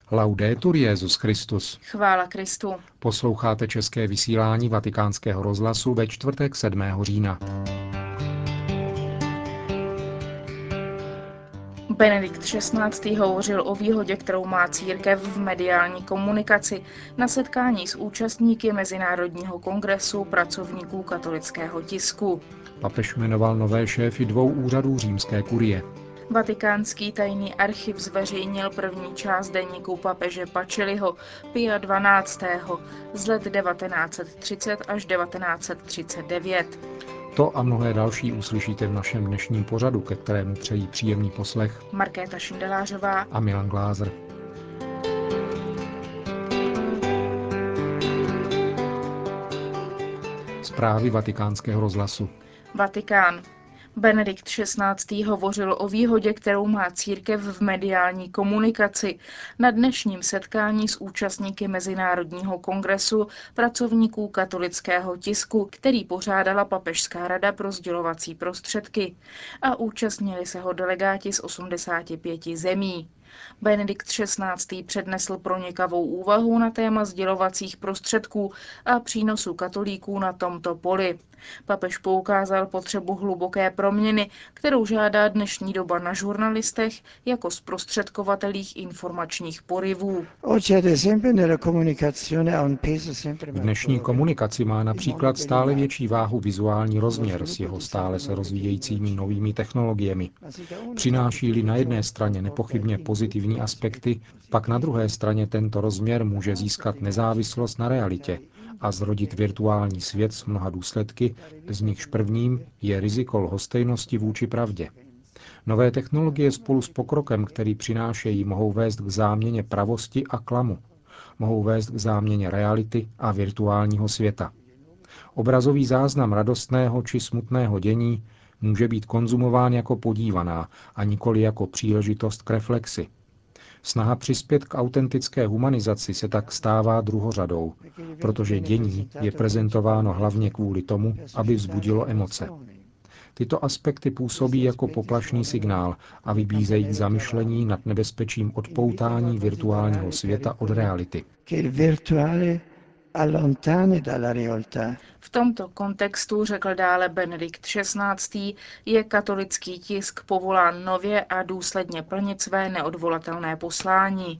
Laudetur Jesus Christus. Chvála Kristu. Posloucháte české vysílání Vatikánského rozhlasu ve čtvrtek 7. října. Benedikt XVI. Hovořil o výhodě, kterou má církev v mediální komunikaci na setkání s účastníky Mezinárodního kongresu pracovníků katolického tisku. Papež jmenoval nové šéfy 2 úřadů římské kurie. Vatikánský tajný archiv zveřejnil první část deníku papeže Pacelliho Pia XII. Z let 1930 až 1939. To a mnohé další uslyšíte v našem dnešním pořadu, ke kterému přejí příjemný poslech Markéta Šindelářová a Milan Glázer. Zprávy Vatikánského rozhlasu. Vatikán. Benedikt XVI. Hovořil o výhodě, kterou má církev v mediální komunikaci na dnešním setkání s účastníky Mezinárodního kongresu pracovníků katolického tisku, který pořádala Papežská rada pro sdělovací prostředky, a účastnili se ho delegáti z 85 zemí. Benedikt XVI. Přednesl pronikavou úvahu na téma sdělovacích prostředků a přínosu katolíků na tomto poli. Papež poukázal potřebu hluboké proměny, kterou žádá dnešní doba na žurnalistech jako zprostředkovatelích informačních porivů. V dnešní komunikaci má například stále větší váhu vizuální rozměr s jeho stále se rozvíjejícími novými technologiemi. Přináší-li na jedné straně nepochybně pozitivní aspekty, pak na druhé straně tento rozměr může získat nezávislost na realitě a zrodit virtuální svět s mnoha důsledky, z nichž prvním je riziko lhostejnosti vůči pravdě. Nové technologie spolu s pokrokem, který přinášejí, mohou vést k záměně pravosti a klamu. Mohou vést k záměně reality a virtuálního světa. Obrazový záznam radostného či smutného dění může být konzumován jako podívaná a nikoli jako příležitost k reflexi. Snaha přispět k autentické humanizaci se tak stává druhořadou, protože dění je prezentováno hlavně kvůli tomu, aby vzbudilo emoce. Tyto aspekty působí jako poplašný signál a vybízejí k zamyšlení nad nebezpečím odpoutání virtuálního světa od reality. V tomto kontextu, řekl dále Benedikt XVI., je katolický tisk povolán nově a důsledně plnit své neodvolatelné poslání.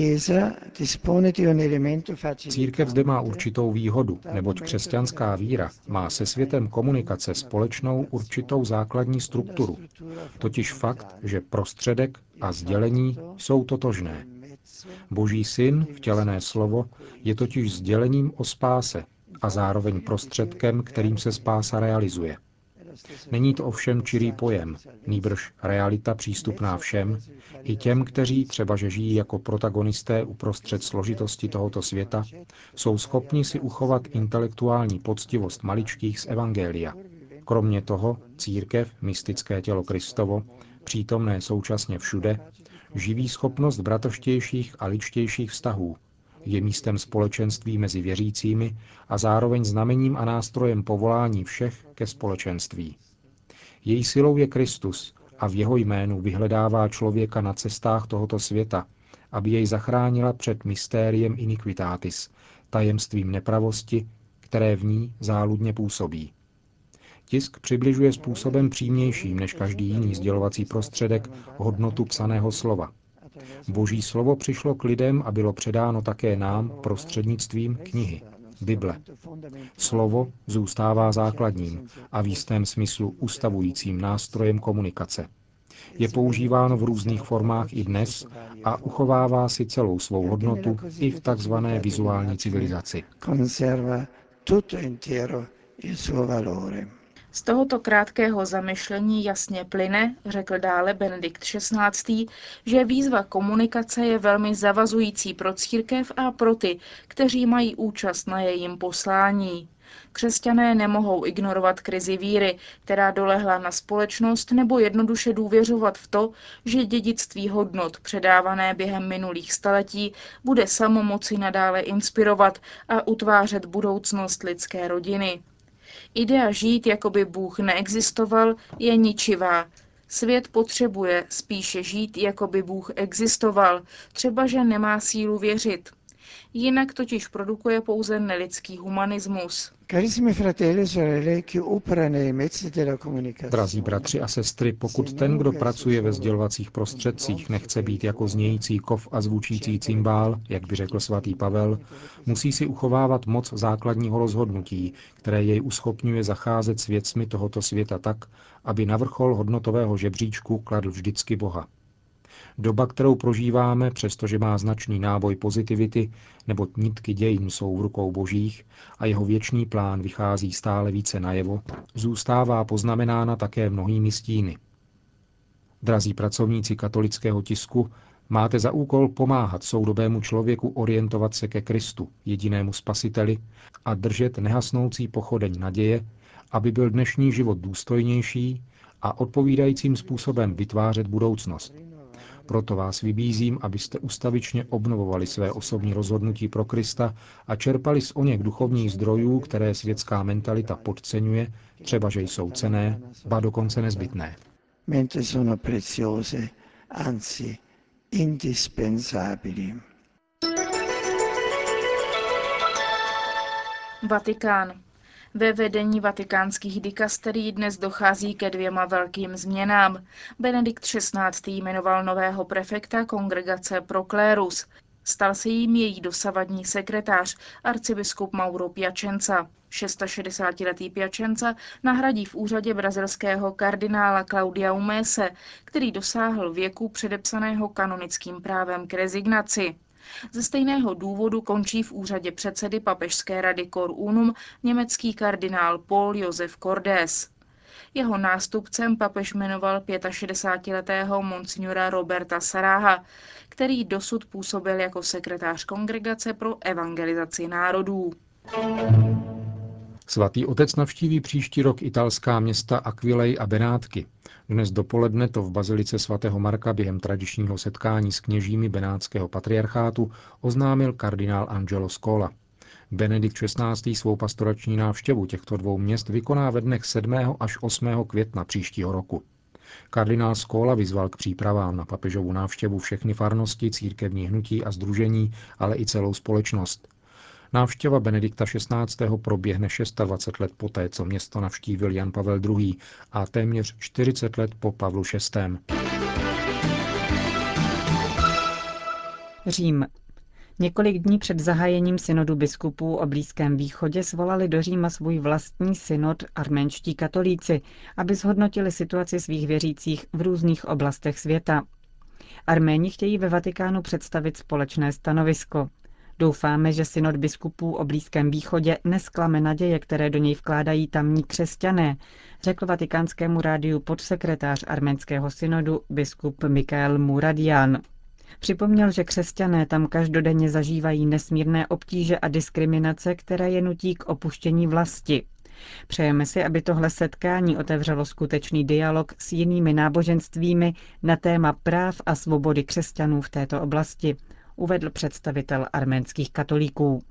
Církev zde má určitou výhodu, neboť křesťanská víra má se světem komunikace společnou určitou základní strukturu, totiž fakt, že prostředek a sdělení jsou totožné. Boží syn, vtělené slovo, je totiž sdělením o spáse a zároveň prostředkem, kterým se spása realizuje. Není to ovšem čirý pojem, nýbrž realita přístupná všem, i těm, kteří, třeba že žijí jako protagonisté uprostřed složitosti tohoto světa, jsou schopni si uchovat intelektuální poctivost maličkých z evangelia. Kromě toho církev, mystické tělo Kristovo, přítomné současně všude, živí schopnost bratrštějších a lidštějších vztahů, je místem společenství mezi věřícími a zároveň znamením a nástrojem povolání všech ke společenství. Její silou je Kristus a v jeho jménu vyhledává člověka na cestách tohoto světa, aby jej zachránila před mystériem iniquitatis, tajemstvím nepravosti, které v ní záludně působí. Tisk přibližuje způsobem přímějším než každý jiný sdělovací prostředek hodnotu psaného slova. Boží slovo přišlo k lidem a bylo předáno také nám prostřednictvím knihy, Bible. Slovo zůstává základním a v jistém smyslu ustavujícím nástrojem komunikace. Je používáno v různých formách i dnes a uchovává si celou svou hodnotu i v takzvané vizuální civilizaci. Z tohoto krátkého zamyšlení jasně plyne, řekl dále Benedikt XVI., že výzva komunikace je velmi zavazující pro církev a pro ty, kteří mají účast na jejím poslání. Křesťané nemohou ignorovat krizi víry, která dolehla na společnost, nebo jednoduše důvěřovat v to, že dědictví hodnot předávané během minulých staletí bude samo moci nadále inspirovat a utvářet budoucnost lidské rodiny. Idea žít, jako by Bůh neexistoval, je ničivá. Svět potřebuje spíše žít, jako by Bůh existoval, třeba že nemá sílu věřit. Jinak totiž produkuje pouze nelidský humanismus. Drazí bratři a sestry, pokud ten, kdo pracuje ve sdělovacích prostředcích, nechce být jako znějící kov a zvučící cymbál, jak by řekl svatý Pavel, musí si uchovávat moc základního rozhodnutí, které jej uschopňuje zacházet s věcmi tohoto světa tak, aby na vrchol hodnotového žebříčku kladl vždycky Boha. Doba, kterou prožíváme, přestože má značný náboj pozitivity, neboť nitky dějin jsou v rukou božích a jeho věčný plán vychází stále více najevo, zůstává poznamenána také mnohými stíny. Drazí pracovníci katolického tisku, máte za úkol pomáhat soudobému člověku orientovat se ke Kristu, jedinému spasiteli, a držet nehasnoucí pochodeň naděje, aby byl dnešní život důstojnější a odpovídajícím způsobem vytvářet budoucnost. Proto vás vybízím, abyste ustavičně obnovovali své osobní rozhodnutí pro Krista a čerpali z oněch duchovních zdrojů, které světská mentalita podceňuje, třeba že jsou cenné, ba dokonce nezbytné. Vatikán. Ve vedení vatikánských dikasterií dnes dochází ke 2 velkým změnám. Benedikt XVI. Jmenoval nového prefekta kongregace pro klérus. Stal se jím její dosavadní sekretář, arcibiskup Mauro Piacenza. 66letý Piacenza nahradí v úřadě brazilského kardinála Claudia Umese, který dosáhl věku předepsaného kanonickým právem k rezignaci. Ze stejného důvodu končí v úřadě předsedy papežské rady Cor Unum německý kardinál Paul Josef Cordés. Jeho nástupcem papež jmenoval 65letého monsignora Roberta Saraha, který dosud působil jako sekretář Kongregace pro evangelizaci národů. Svatý otec navštíví příští rok italská města Aquileji a Benátky. Dnes dopoledne to v bazilice svatého Marka během tradičního setkání s kněžími benátského patriarchátu oznámil kardinál Angelo Scola. Benedikt XVI. Svou pastorační návštěvu těchto 2 měst vykoná ve dnech 7. až 8. května příštího roku. Kardinál Scola vyzval k přípravám na papežovu návštěvu všechny farnosti, církevní hnutí a sdružení, ale i celou společnost. Návštěva Benedikta XVI. Proběhne 26 let poté, co město navštívil Jan Pavel II. A téměř 40 let po Pavlu VI. Řím. Několik dní před zahájením synodu biskupů o Blízkém východě svolali do Říma svůj vlastní synod arménští katolíci, aby zhodnotili situaci svých věřících v různých oblastech světa. Arméni chtějí ve Vatikánu představit společné stanovisko. Doufáme, že synod biskupů o Blízkém východě nesklame naděje, které do něj vkládají tamní křesťané, řekl vatikánskému rádiu podsekretář arménského synodu biskup Mikael Muradian. Připomněl, že křesťané tam každodenně zažívají nesmírné obtíže a diskriminace, které je nutí k opuštění vlasti. Přejeme si, aby tohle setkání otevřelo skutečný dialog s jinými náboženstvími na téma práv a svobody křesťanů v této oblasti, uvedl představitel arménských katolíků.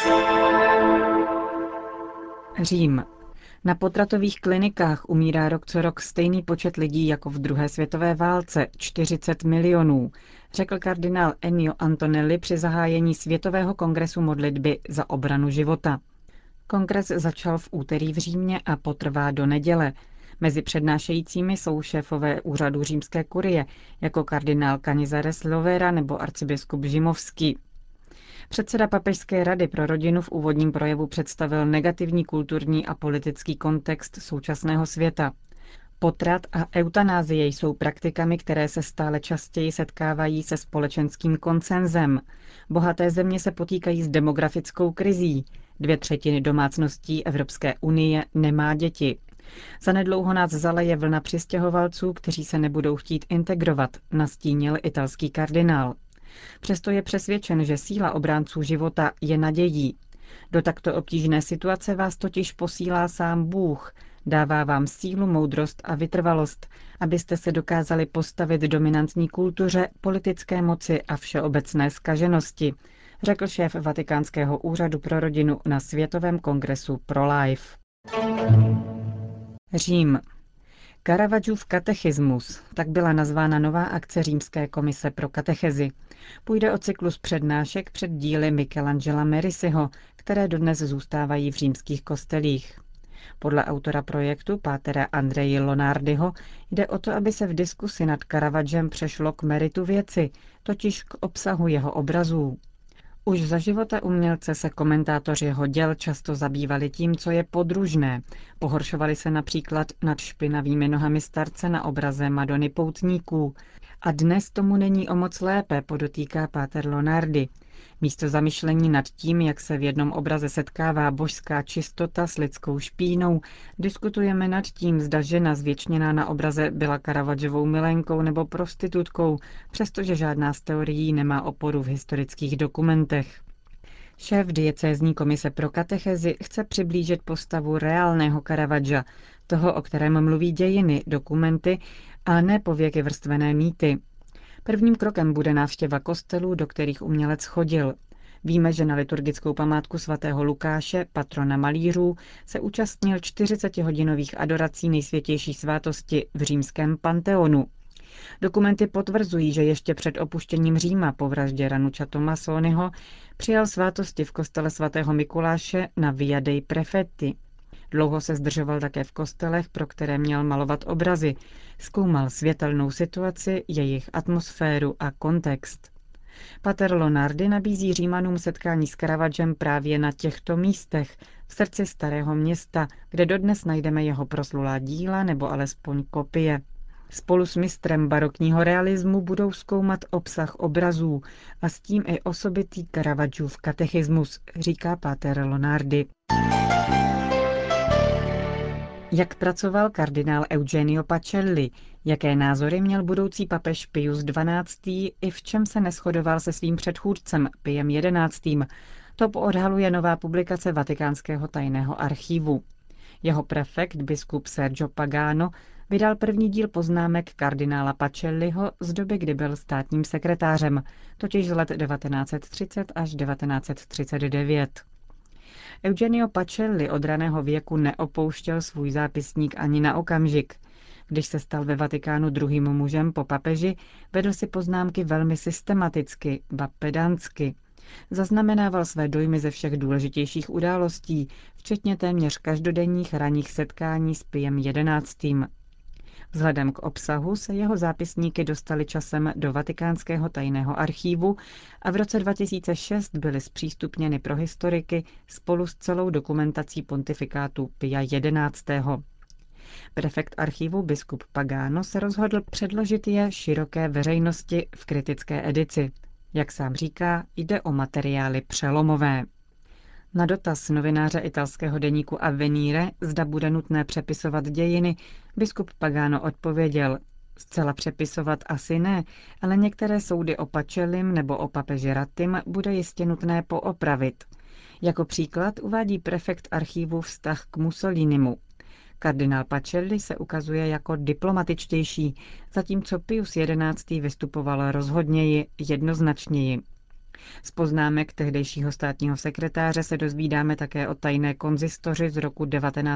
Řím. Na potratových klinikách umírá rok co rok stejný počet lidí jako v druhé světové válce, 40 milionů, řekl kardinál Ennio Antonelli při zahájení Světového kongresu modlitby za obranu života. Kongres začal v úterý v Římě a potrvá do neděle. Mezi přednášejícími jsou šéfové úřadu římské kurie, jako kardinál Canizares Lovera nebo arcibiskup Žimovský. Předseda Papežské rady pro rodinu v úvodním projevu představil negativní kulturní a politický kontext současného světa. Potrat a eutanázie jsou praktikami, které se stále častěji setkávají se společenským konsenzem. Bohaté země se potýkají s demografickou krizí. 2/3 domácností Evropské unie nemá děti. Zanedlouho nás zaleje vlna přistěhovalců, kteří se nebudou chtít integrovat, nastínil italský kardinál. Přesto je přesvědčen, že síla obránců života je nadějí. Do takto obtížné situace vás totiž posílá sám Bůh, dává vám sílu, moudrost a vytrvalost, abyste se dokázali postavit dominantní kultuře, politické moci a všeobecné zkaženosti, řekl šéf Vatikánského úřadu pro rodinu na Světovém kongresu Pro Life. Řím. Caravaggiův katechismus, tak byla nazvána nová akce Římské komise pro katechezi. Půjde o cyklus přednášek před díly Michelangela Merisiho, které dodnes zůstávají v římských kostelích. Podle autora projektu, pátera Andreji Lonardiho, jde o to, aby se v diskusi nad Caravaggem přešlo k meritu věci, totiž k obsahu jeho obrazů. Už za života umělce se komentátoři jeho děl často zabývali tím, co je podružné. Pohoršovali se například nad špinavými nohami starce na obraze Madony poutníků. A dnes tomu není o moc lépe, podotýká páter Lonardi. Místo zamyšlení nad tím, jak se v jednom obraze setkává božská čistota s lidskou špínou, diskutujeme nad tím, zda žena zvěčněná na obraze byla Caravaggovou milenkou nebo prostitutkou, přestože žádná z teorií nemá oporu v historických dokumentech. Šéf diecézní komise pro katechezi chce přiblížit postavu reálného Caravagga, toho, o kterém mluví dějiny, dokumenty, a ne pověky vrstvené mýty. Prvním krokem bude návštěva kostelů, do kterých umělec chodil. Víme, že na liturgickou památku svatého Lukáše, patrona malířů, se účastnil 40hodinových adorací nejsvětější svátosti v římském Panteonu. Dokumenty potvrzují, že ještě před opuštěním Říma po vraždě Ranuccia Tomasoniho přijal svátosti v kostele svatého Mikuláše na Via dei Prefetti. Dlouho se zdržoval také v kostelech, pro které měl malovat obrazy. Zkoumal světelnou situaci, jejich atmosféru a kontext. Pater Lonardi nabízí Římanům setkání s Caravaggem právě na těchto místech, v srdci starého města, kde dodnes najdeme jeho proslulá díla nebo alespoň kopie. Spolu s mistrem barokního realismu budou zkoumat obsah obrazů a s tím i osobitý Caravaggiův katechismus, říká páter Lonardi. Jak pracoval kardinál Eugenio Pacelli, jaké názory měl budoucí papež Pius XII. I v čem se neshodoval se svým předchůdcem Piem XI., to poodhaluje nová publikace Vatikánského tajného archívu. Jeho prefekt, biskup Sergio Pagano, vydal první díl poznámek kardinála Pacelliho z doby, kdy byl státním sekretářem, totiž z let 1930 až 1939. Eugenio Pacelli od raného věku neopouštěl svůj zápisník ani na okamžik. Když se stal ve Vatikánu druhým mužem po papeži, vedl si poznámky velmi systematicky, ba pedantsky. Zaznamenával své dojmy ze všech důležitějších událostí, včetně téměř každodenních ranních setkání s Piem XI. Vzhledem k obsahu se jeho zápisníky dostaly časem do Vatikánského tajného archívu a v roce 2006 byly zpřístupněny pro historiky spolu s celou dokumentací pontifikátu Pia XI. Prefekt archivu biskup Pagano se rozhodl předložit je široké veřejnosti v kritické edici. Jak sám říká, jde o materiály přelomové. Na dotaz novináře italského deníku Avvenire, zda bude nutné přepisovat dějiny, biskup Pagano odpověděl: zcela přepisovat asi ne, ale některé soudy o Pacellim nebo o papeži Rattim bude jistě nutné poopravit. Jako příklad uvádí prefekt archívu vztah k Mussolinimu. Kardinál Pacelli se ukazuje jako diplomatičtější, zatímco Pius XI. Vystupoval rozhodněji, jednoznačněji. Z poznámek tehdejšího státního sekretáře se dozvídáme také o tajné konzistoři z roku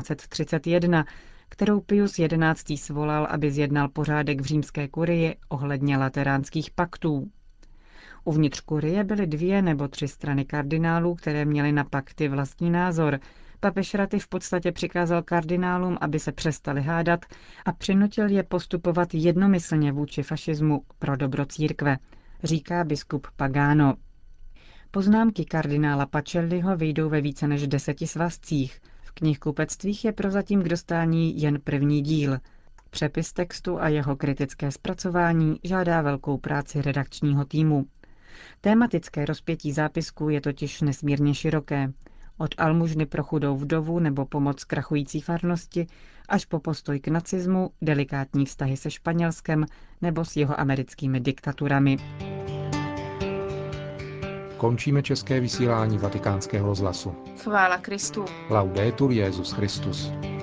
1931, kterou Pius XI. Svolal, aby zjednal pořádek v římské kurii ohledně lateránských paktů. Uvnitř kurie byly 2 nebo 3 strany kardinálů, které měly na pakty vlastní názor. Papež Ratty v podstatě přikázal kardinálům, aby se přestali hádat a přinutil je postupovat jednomyslně vůči fašismu pro dobro církve, říká biskup Pagano. Poznámky kardinála Pacelliho vyjdou ve více než 10 svazcích. V knihkupectvích je prozatím k dostání jen první díl. Přepis textu a jeho kritické zpracování žádá velkou práci redakčního týmu. Tématické rozpětí zápisků je totiž nesmírně široké. Od almužny pro chudou vdovu nebo pomoc krachující farnosti až po postoj k nacismu, delikátní vztahy se Španělskem nebo s jeho americkými diktaturami. Končíme české vysílání Vatikánského rozhlasu. Chvála Kristu. Laudetur Jesus Christus.